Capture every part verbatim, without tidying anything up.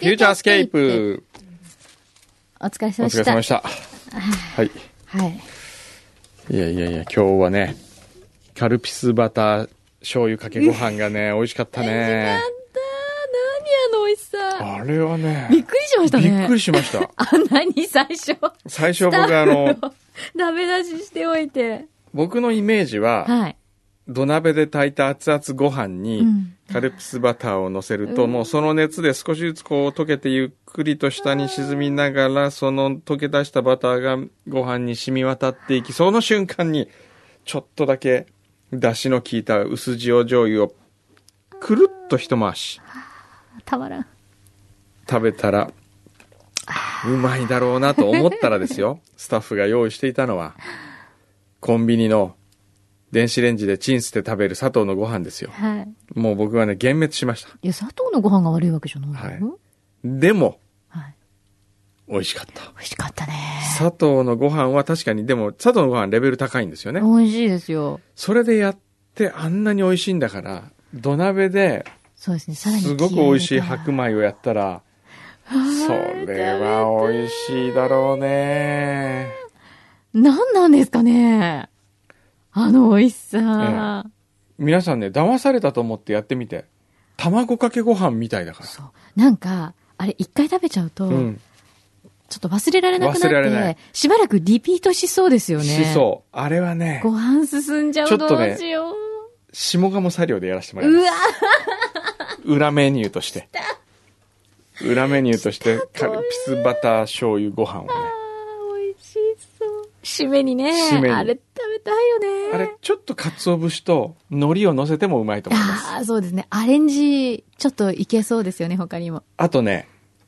フューチャースケープ。 お疲れ様でした。 お疲れ様でした。はい。 はい。 いやいやいや、今日はね、カルピスバター醤油かけご飯がね、美味しかったね。 美味しかった。何あの美味しさ。 あれはね、 びっくりしましたね。 びっくりしました。 あんなに最初。 最初僕あの、 ダメ出ししておいて。 僕のイメージは、はい、土鍋で炊いた熱々ご飯に、カルピスバターを乗せると、うん、もうその熱で少しずつこう溶けてゆっくりと下に沈みながら、その溶け出したバターがご飯に染み渡っていき、その瞬間に、ちょっとだけ出汁の効いた薄塩醤油をくるっと一回し。 たまらん。 食べたら、うまいだろうなと思ったらですよ、スタッフが用意していたのは、コンビニの電子レンジでチンして食べる砂糖のご飯ですよ。はい。もう僕はね、幻滅しました。 いや、砂糖のご飯が悪いわけじゃないの？ はい。でも、はい、美味しかった。 美味しかったね。 砂糖のご飯は確かに、でも砂糖のご飯レベル高いんですよね。 美味しいですよ。 それでやってあんなに美味しいんだから、土鍋で、 そうですね、さらにすごく美味しい白米をやったら、それは美味しいだろうね。 何なんですかね、あの美味しさ、 ええ、皆さんね、騙されたと思ってやってみて。卵かけご飯みたいだから。 そう。なんか、あれ一回食べちゃうと、うん、ちょっと忘れられなくなって、忘れられない、しばらくリピートしそうですよね。 しそう。あれはね。 ご飯進んじゃう。ちょっとね、どうしよう。 下鴨作業でやらせてもらいます。うわ裏メニューとして。裏メニューとして、カルピスバター醤油ご飯をね。 美味しそう。締めにね。締めに。あれ食べたいよね。 あれ、ちょっと鰹節と海苔を乗せてもうまいと思います。 ああ、そうですね。アレンジ、ちょっといけそうですよね、他にも。 あとね。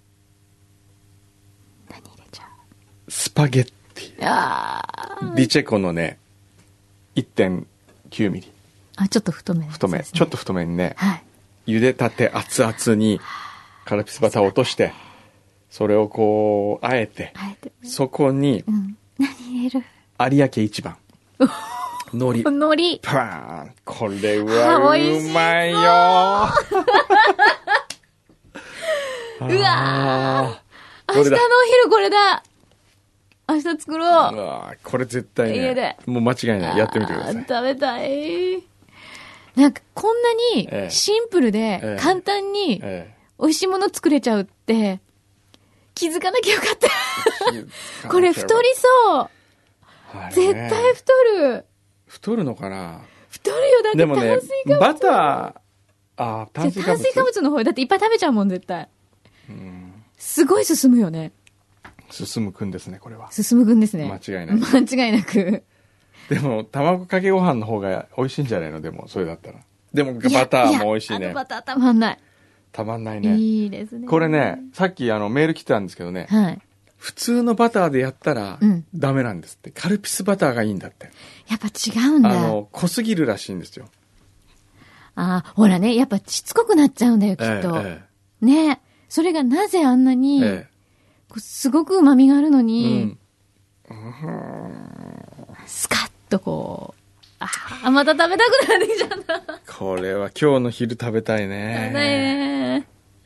何入れちゃう？ スパゲッティ。ああ。ディチェコのね、いってんきゅうミリ。 あ、ちょっと太め、ね。 太め。ちょっと太めにね。はい。茹でたて熱々に、カルピスバターを落として、それをこう、あえて、あえてね、そこに、うん、 何入れる？ 有明一番。海苔。 海苔。 パーン。これはうまいよ。 うわー。明日のお昼これだ。明日作ろう。うわこれ絶対ね。家で。もう間違いない。やってみてください。 食べたい。なんかこんなにシンプルで簡単に美味しいもの作れちゃうって気づかなきゃよかった。これ太りそう。絶対太る。 太るのかな？ 太るよ。だって炭水化物。でもね、 バター、あ、炭水化物。 炭水化物の方だっていっぱい食べちゃうもん、絶対。うん。すごい進むよね。 進むくんですね、これは。 進むくんですね。 間違いない。 間違いなく。 でも、卵かけご飯の方が美味しいんじゃないの？でも、それだったら。でも、バターも美味しいね。いやいや、あのバターたまんない。 たまんないね。 いいですね。 これね、さっきあのメール来てたんですけどね。はい。普通のバターでやったら、ダメなんですって、うん。カルピスバターがいいんだって。 やっぱ違うんだ。 あの、濃すぎるらしいんですよ。 ああ、ほらね、やっぱしつこくなっちゃうんだよ、きっと。ええ、ね。それがなぜあんなに、ええ、すごく旨味があるのに、うん、スカッとこう、ああ、また食べたくなってきちゃった。 これは今日の昼食べたいね。 食べたいね。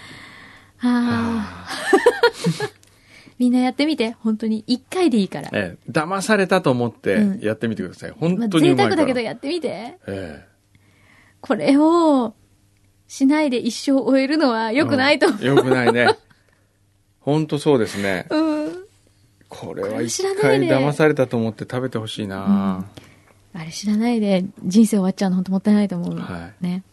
はあ。みんなやってみて、本当に一回でいいから。 ええ、騙されたと思ってやってみてください。うん、本当にうまいから。まあ、贅沢だけどやってみて。ええ、これをしないで一生終えるのは良くないと思う。 良、うん、くないね。本当そうですね。うん。これは一回騙されたと思って食べてほしいな、 うん。あれ知らないで人生終わっちゃうの本当もったいないと思う。はい。ね。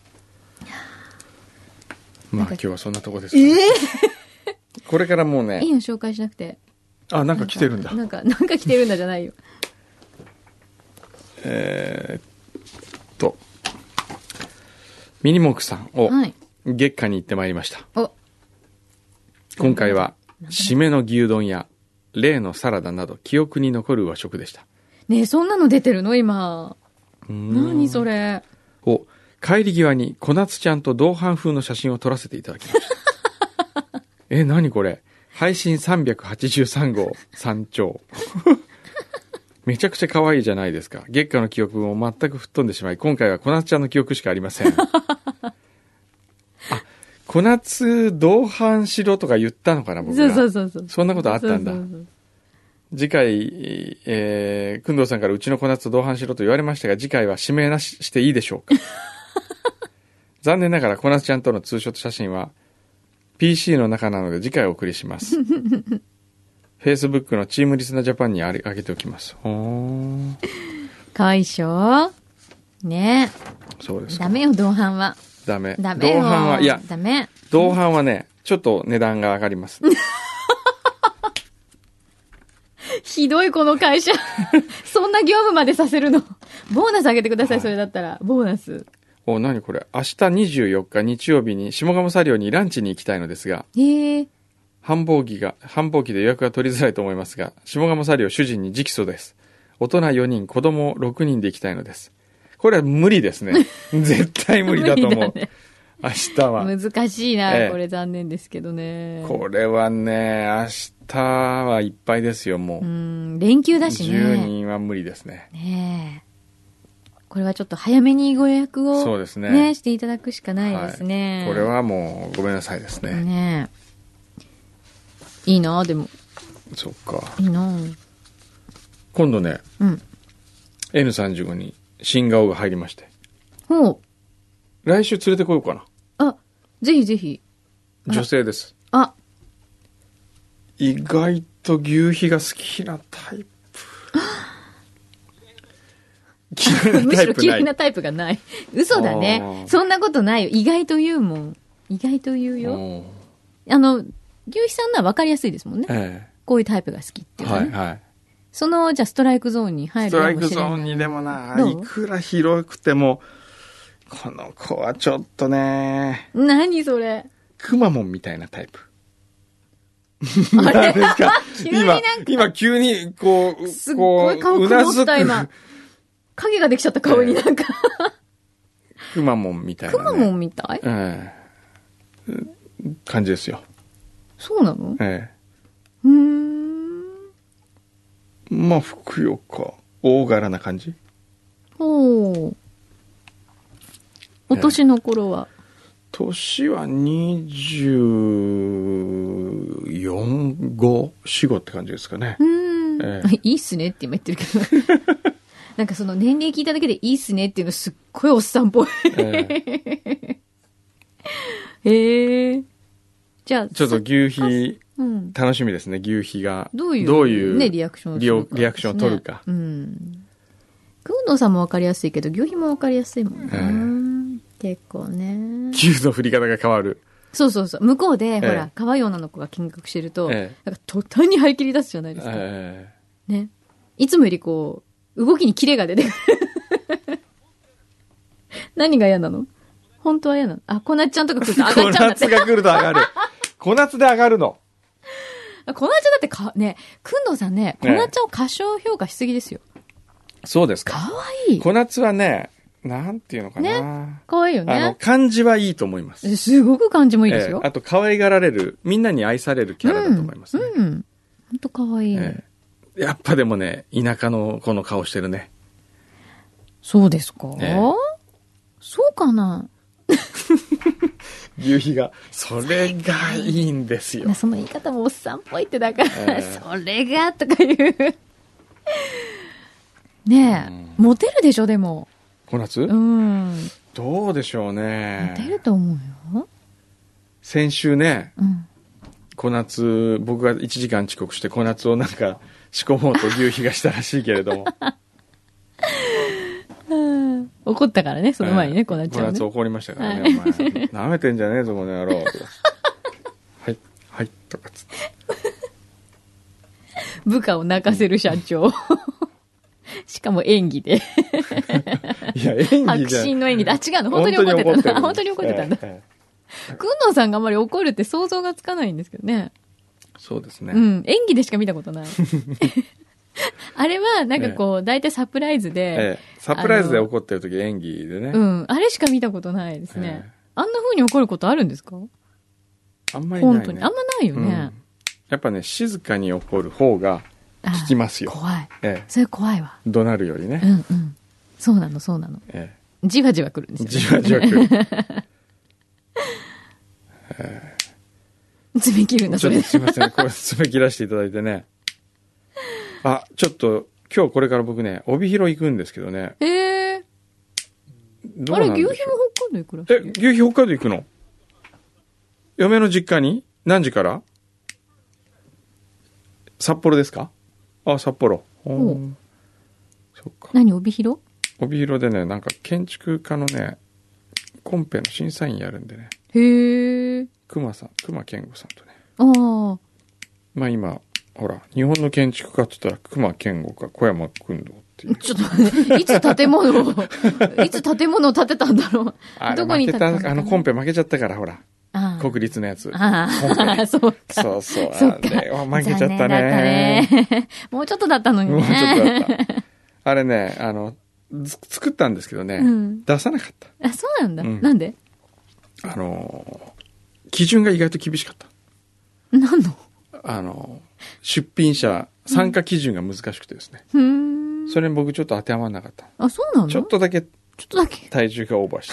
まあ今日はそんなとこですかね。えーこれからもうね。 いいの紹介しなくて。 あ、なんか来てるんだ。 なんか、なんか来てるんだじゃないよ。 えーっと、ミニモークさんを月下に行ってまいりました。はい、今回は、締めの牛丼や例のサラダなど記憶に残る和食でした。 ねえ、そんなの出てるの今。何それ。 お、帰り際に小夏ちゃんと同伴風の写真を撮らせていただきました。え、何これ？配信さんびゃくはちじゅうさん号山頂。めちゃくちゃ可愛いじゃないですか。月下の記憶も全く吹っ飛んでしまい、今回は小夏ちゃんの記憶しかありません。あ、 小夏同伴しろとか言ったのかな、僕が。 そうそうそうそう。 そんなことあったんだ。 そうそうそう、 次回、えー、くんどうさんからうちの小夏と同伴しろと言われましたが、次回は指名なししていいでしょうか。残念ながら小夏ちゃんとのツーショット写真は ピーシー の中なので次回お送りします。Facebook のチームリスナージャパンにあげておきます。ほー。 かわいいっしょねえ。 そうですか。 ダメよ、同伴は。 ダメ。 ダメよ。 同伴は、いや、 ダメ。 同伴はね、ちょっと値段が上がります。 ひどいこの会社。そんな業務までさせるの。ボーナス上げてください、はい、それだったら。ボーナス。 お、何これ。明日にじゅうよっか日曜日に下鴨茶寮にランチに行きたいのですが。 へえ。 繁忙期が、繁忙期で予約が取りづらいと思いますが、下鴨茶寮主人に直訴です。大人よにん、子供ろくにんで行きたいのです。これは無理ですね。絶対無理だと思う。ね、明日は。 難しいな、ええ、これ残念ですけどね。 これはね、明日はいっぱいですよ、もう。 うん、連休だしね。 じゅうにんは無理ですね。 ねえ。これはちょっと早めにご予約を、 そうですね。 ね、していただくしかないですね。 はい、これはもうごめんなさいですね。 ねえ。いいな、でも。 そっか。 いいな。 今度ね、 うん、 エヌさんじゅうご に新顔が入りまして。 ほう。 来週連れてこようかな。 あ、ぜひぜひ。 女性です。 あ。 意外と牛皮が好きなタイプ。 むしろ嫌いなタイプがない。嘘だね。そんなことないよ。意外と言うもん。意外と言うよ。あの、牛皮さんのは分かりやすいですもんね。ええ、こういうタイプが好きっていう、ね。はいはい。その、じゃあストライクゾーンに入るかもしれない。 ストライクゾーンにでもな、いくら広くても、この子はちょっとね。 何それ。 くまモンみたいなタイプ。あれですか今、今急に、こう、 すっごい顔曇った今。影ができちゃった顔になんか。 くまモンみたいな、ね。 くまモンみたい、 ええ、感じですよ。 そうなの？ ええ。 うーん。 まあ、ふくよか。大柄な感じ。 ほう。お年の頃は、ええ、 年はにじゅうよん、ご、よん、ごって感じですかね。 うん、ええ。いいっすねって今言ってるけど。なんかその年齢聞いただけでいいっすねっていうのすっごいおっさんっぽい。えー、えー。じゃあ、 ちょっと牛皮、うん、楽しみですね、牛皮が。 どういう、 どういう、 ね、リアクションをするか、 ね、リアクションを取るか。 うん。くんのさんもわかりやすいけど、牛皮もわかりやすいもんね。えー、結構ね。 牛の振り方が変わる。 そうそうそう。向こうで、えー、ほら、可愛い女の子が見学してると、えー、なんか途端に張り切り出すじゃないですか。えー、ね。いつもよりこう、動きにキレが出てくる。何が嫌なの？本当は嫌なの？あ、小夏ちゃんとか来ると上がっちゃうんだって。 小夏が来ると上がる。小夏で上がるの。 小夏ちゃんだってか、ね、くんどうさんね、小夏ちゃんを過小評価しすぎですよ。 そうですか。 かわいい。 小夏はね、なんていうのかな。 ね。かわいいよね。 あの、漢字はいいと思います。 すごく漢字もいいですよ。 えー、あと、可愛がられる、みんなに愛されるキャラだと思いますね。 うん。うん。ほんとかわいい。えーやっぱでもね、田舎の子の顔してるね。 そうですか、えー、そうかな夕日が、それがいいんですよ。 その言い方もおっさんっぽいってだから、えー、それがとかいう。ねえ、うん、モテるでしょ、でも。 小夏？ うん。 どうでしょうね。 モテると思うよ。 先週ね、 うん、 小夏、僕がいちじかん遅刻して小夏をなんか、仕込もうと牛皮がしたらしいけれども。 怒ったからね、その前にね、小夏ちゃん、ね。 小夏怒りましたからね、はい、お前、舐めてんじゃねえぞ、この野郎。はい、はい、とかつって。 部下を泣かせる社長。しかも演技で。 いや、演技じゃん。 迫真の演技で。あ、違うの、本当に怒ってたんだ。本当に怒ってたんだ。くんのさんがあんまり怒るって想像がつかないんですけどね。 そうですね。 うん。演技でしか見たことない。あれは、なんかこう、大体サプライズで、ええ。サプライズで怒ってる時演技でね。 うん。あれしか見たことないですね。ええ、あんな風に怒ることあるんですか？ あんまりない、ね。 本当に。あんまないよね。うん、 やっぱね、静かに怒る方が効きますよ。 怖い。 ええ。 それ怖いわ。 怒鳴るよりね。 うんうん。そうなの、そうなの。ええ。じわじわ来るんですよ、 ね。じわじわ来る。 爪切るんだ、それ。 すいません。これ爪切らせていただいてね。あ、ちょっと、今日これから僕ね、帯広行くんですけどね。 ええー。あれ、牛皮も北海道行くらしい。 え、牛皮北海道行くの？嫁の実家に？何時から？札幌ですか？あ、札幌。おー。そっか。 何、帯広？ 帯広でね、なんか建築家のね、コンペの審査員やるんでね。 へえ。 熊さん、熊健吾さんとね。 ああ。 まあ今、ほら、日本の建築家って言ったら熊健吾か小山君堂っていう。 ちょっと待って、いつ建物を、いつ建物を建てたんだろう。 あどこに建てたんだろう。 あのコンペ負けちゃったから、ほら。 あ国立のやつ。 ああ、そうか。 そうそう。 そうか。 あれは負けちゃったね。 残念だったね。もうちょっとだったのにね。 もうちょっとだった。あれね、あの、作ったんですけどね、うん、出さなかった。 あ、そうなんだ。うん、なんで？ あの、基準が意外と厳しかった。 何の？ あの、出品者、参加基準が難しくてですね。うん、それに僕ちょっと当てはまらなかった。 あ、そうなの？ ちょっとだけ、ちょっとだけ体重がオーバーして。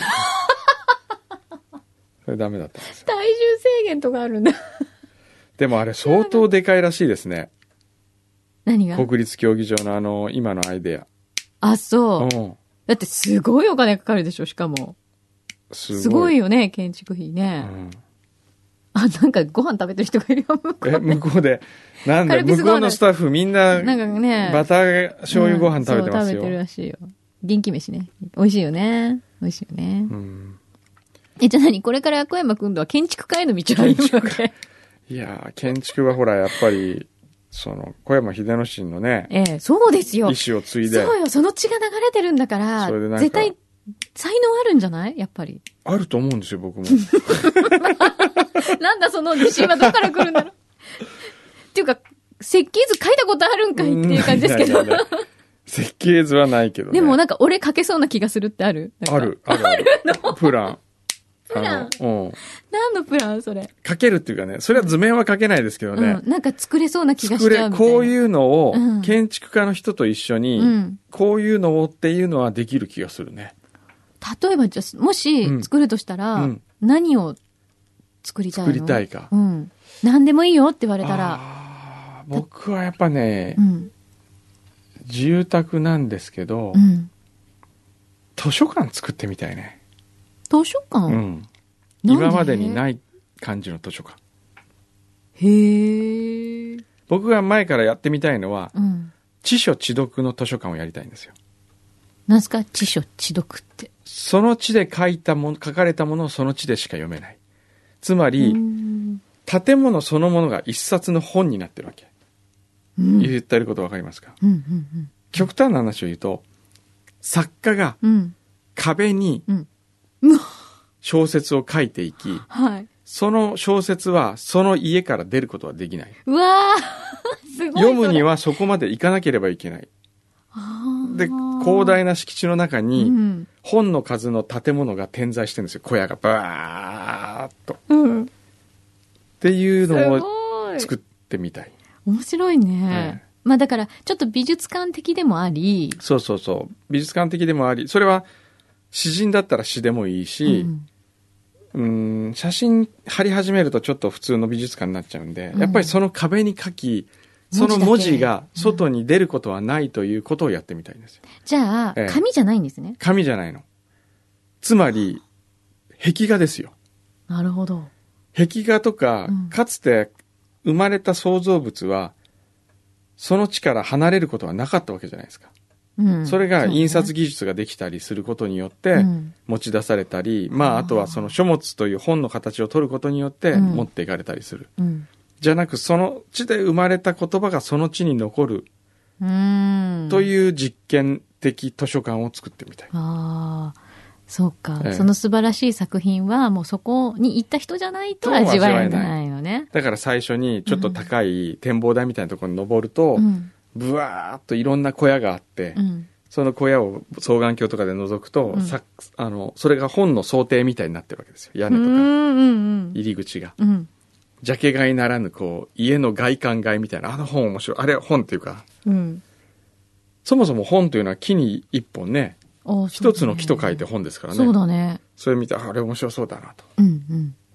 それダメだったんですよ。 体重制限とかあるんだ。 でもあれ相当でかいらしいですね。 何が？ 国立競技場のあの、今のアイデア。 あ、そう。うん、だってすごいお金かかるでしょ、しかも。すごい。すごいよね、建築費ね。うん、あ、なんかご飯食べてる人がいるよ、向こうで。 え、向こうで。なんで、向こうのスタッフみんな、なんかね、バター醤油ご飯食べてますよ、うん。そう、食べてるらしいよ。元気飯ね。美味しいよね。美味しいよね。うん、え、じゃあ何？これから小山くんとは建築家への道を歩むわけ？ いやー、建築はほら、やっぱり、その、小山秀之進のね。 ええ、そうですよ。 意思を継いで。 そうよ、その血が流れてるんだから、それでなんか絶対、才能あるんじゃない？やっぱり。 あると思うんですよ、僕も。 なんだその自信はどこから来るんだろう。っていうか、設計図書いたことあるんかいっていう感じですけど。 設計図はないけどね。 でもなんか俺書けそうな気がするってある？ ある、ある。あるの？プラン。 プラン？うん。何のプランそれ？ 書けるっていうかね、それは図面は書けないですけどね。 うん、なんか作れそうな気がしちゃうみたいな。 作れ、こういうのを、建築家の人と一緒に、うん、こういうのをっていうのはできる気がするね。 例えばじゃあ、もし作るとしたら、うん、何を作りたいの？ 作りたいか。 うん。何でもいいよって言われたら。 あ、僕はやっぱね、うん、住宅なんですけど、うん、図書館作ってみたいね。 図書館？ うん。今までにない感じの図書館。 へー。 僕が前からやってみたいのは、うん、知書知読の図書館をやりたいんですよ。 なんすか？知書知読って。その地で書いたもの、書かれたものをその地でしか読めない。つまり、建物そのものが一冊の本になってるわけ。うん、言ってることわかりますか？うんうんうん、極端な話を言うと、作家が壁に、うんうん、小説を書いていき、はい、その小説はその家から出ることはできない。 うわーすごい。 読むにはそこまで行かなければいけない。で、広大な敷地の中に、うん、本の数の建物が点在してるんですよ。小屋がバーッと、うん。っていうのを作ってみたい。 面白いね。うん、まあだから、ちょっと美術館的でもあり。 そうそうそう。美術館的でもあり。それは、詩人だったら詩でもいいし、うん、うん写真貼り始めるとちょっと普通の美術館になっちゃうんで、うん、やっぱりその壁に書き、その文字が外に出ることはないということをやってみたいんですよ。 じゃあ、ええ、紙じゃないんですね。 紙じゃないの。つまり、壁画ですよ。 なるほど。 壁画とか、うん、かつて生まれた創造物は、その地から離れることはなかったわけじゃないですか。うん、それが印刷技術ができたりすることによって持ち出されたり、うん、まああとはその書物という本の形を取ることによって持っていかれたりする。うんうんじゃなく、その地で生まれた言葉がその地に残るうーんという実験的図書館を作ってみたい。 ああ、そうか、ええ。その素晴らしい作品はもうそこに行った人じゃないと味わえないのね。 だから最初にちょっと高い展望台みたいなところに登ると、うん、ブワーっといろんな小屋があって、うん、その小屋を双眼鏡とかで覗くと、うん、さあのそれが本の装丁みたいになってるわけですよ。屋根とか、うんうんうん、入り口が。うんジャケ買いならぬ、こう、家の外観買いみたいな、あの本面白い。あれ本っていうか、うん、そもそも本というのは木に一本ね、一、ね、つの木と書いて本ですからね。 そうだね。 それ見て、あれ面白そうだなと。うんうん、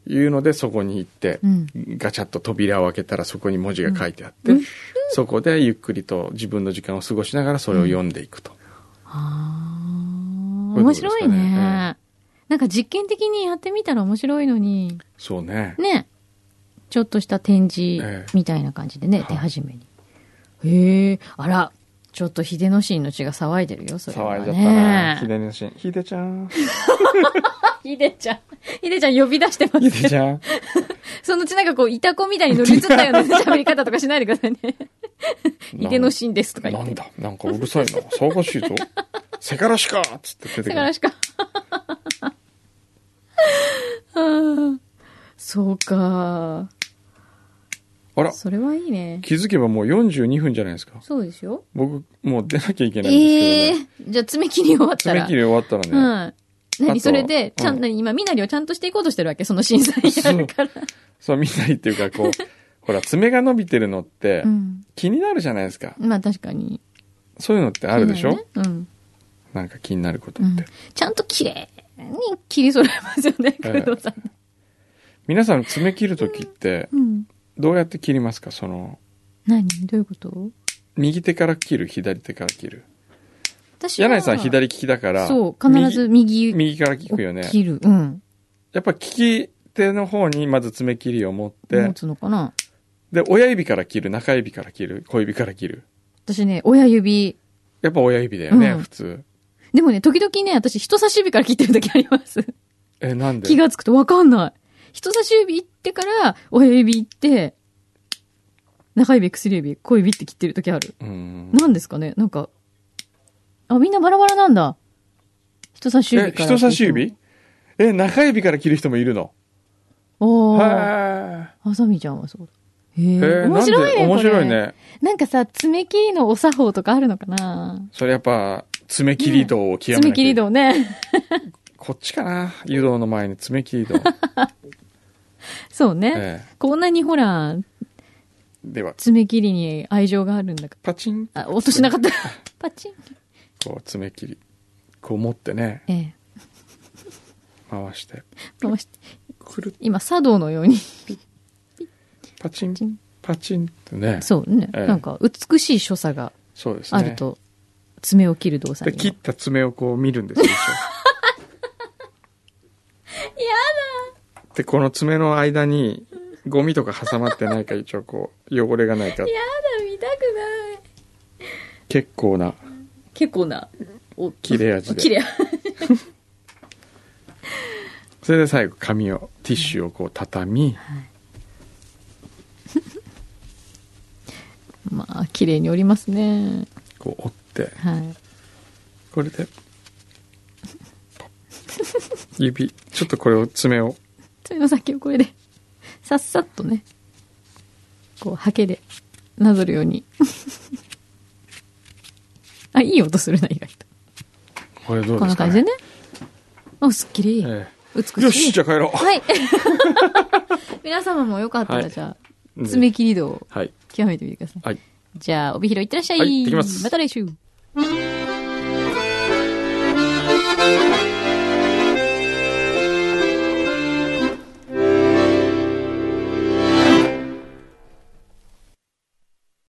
いうのでそこに行って、うん、ガチャッと扉を開けたらそこに文字が書いてあって、うん、そこでゆっくりと自分の時間を過ごしながらそれを読んでいくと。 うん、はあ、面白いね、えー。なんか実験的にやってみたら面白いのに。 そうね。 ね。ちょっとした展示みたいな感じでね、えー、手始めに。へえ、あら。ちょっと秀之進の血が騒いでるよ、それはね。騒いじゃったな。秀之進。秀ちゃん。 秀ちゃん。秀ちゃん呼び出してますね。 秀ちゃん。 そのうちなんかこう、イタコみたいに乗り移ったような喋り方とかしないでくださいね。秀之進ですとか言って。 なんだ、なんかうるさいな。騒がしいぞ。せからしかつって出てくる。 せからしか。はあ、そうか。 あら。 それはいいね。 気づけばもうよんじゅうにふんじゃないですか。 そうですよ。 僕、もう出なきゃいけないんですけどね。 ええー、じゃあ爪切り終わったら。 爪切り終わったらね。 はい。何それで、ちゃん、何、うん、今、みなりをちゃんとしていこうとしてるわけその審査員やるから。 そう、そうみなりっていうか、こう、ほら、爪が伸びてるのって、気になるじゃないですか。 うん、まあ確かに。 そういうのってあるでしょ、ね、 うん。 なんか気になることって。うん、 ちゃんと綺麗に切り揃えますよね、工藤さん、えー。 皆さん爪切るときって、うん、どうやって切りますかその。 何どういうこと？ 右手から切る、左手から切る。私は柳井さん左利きだから。 そう、必ず右。 右から切るよね。 切る。うん。 やっぱ利き手の方にまず爪切りを持って。 持つのかな？ で、親指から切る、中指から切る、小指から切る。 私ね、親指。 やっぱ親指だよね、うん、普通。 でもね、時々ね、私人差し指から切ってる時あります。 え、なんで？ 気がつくとわかんない。人差し指行ってから、親指行って、中指、薬指、小指って切ってる時ある。うん。なんですかねなんか、あ、みんなバラバラなんだ。人差し指から。 え、人差し指？え、中指から切る人もいるの？ おー。へー。あさみちゃんはそうだ。へー。面白いね。 面白いね。 なんかさ、爪切りのお作法とかあるのかな？ それやっぱ、爪切り道を極めなきゃ、ね、 爪切り道ね。 こっちかな湯道の前に爪切り道。 そうね、ええ。こんなにほら、 では爪切りに愛情があるんだから。 パチン。 あ、音しなかった。パチン。 こう爪切り。こう持ってね。ええ。回して。 回して。くる。今、茶道のように。 パチン。パチンってね。 そうね。ええ、なんか、美しい所作があると、爪を切る動作に。 で、切った爪をこう見るんですよ。やだ。 で、この爪の間に、ゴミとか挟まってないか、一応こう、汚れがないか。やだ、 見たくない。 結構な。 結構な。 切れ味で。 切れ味。 それで最後、紙を、ティッシュをこう畳み。はい、 まあ、綺麗に折りますね。 こう折って。 はい。 これで、指、ちょっとこれを爪を。 爪の先をこれで。さっさっとね、こう、ハケでなぞるように。あ、いい音するな、意外と。 これどうですかね。 こんな感じでね。あ、すっきり。ええ、美しい。 よし、じゃあ帰ろう。 はい。皆様もよかったら、はい、じゃあ、爪切り道を極めてみてください。はい。じゃあ、帯広いってらっしゃい。 はい、行ってきます。 また来週。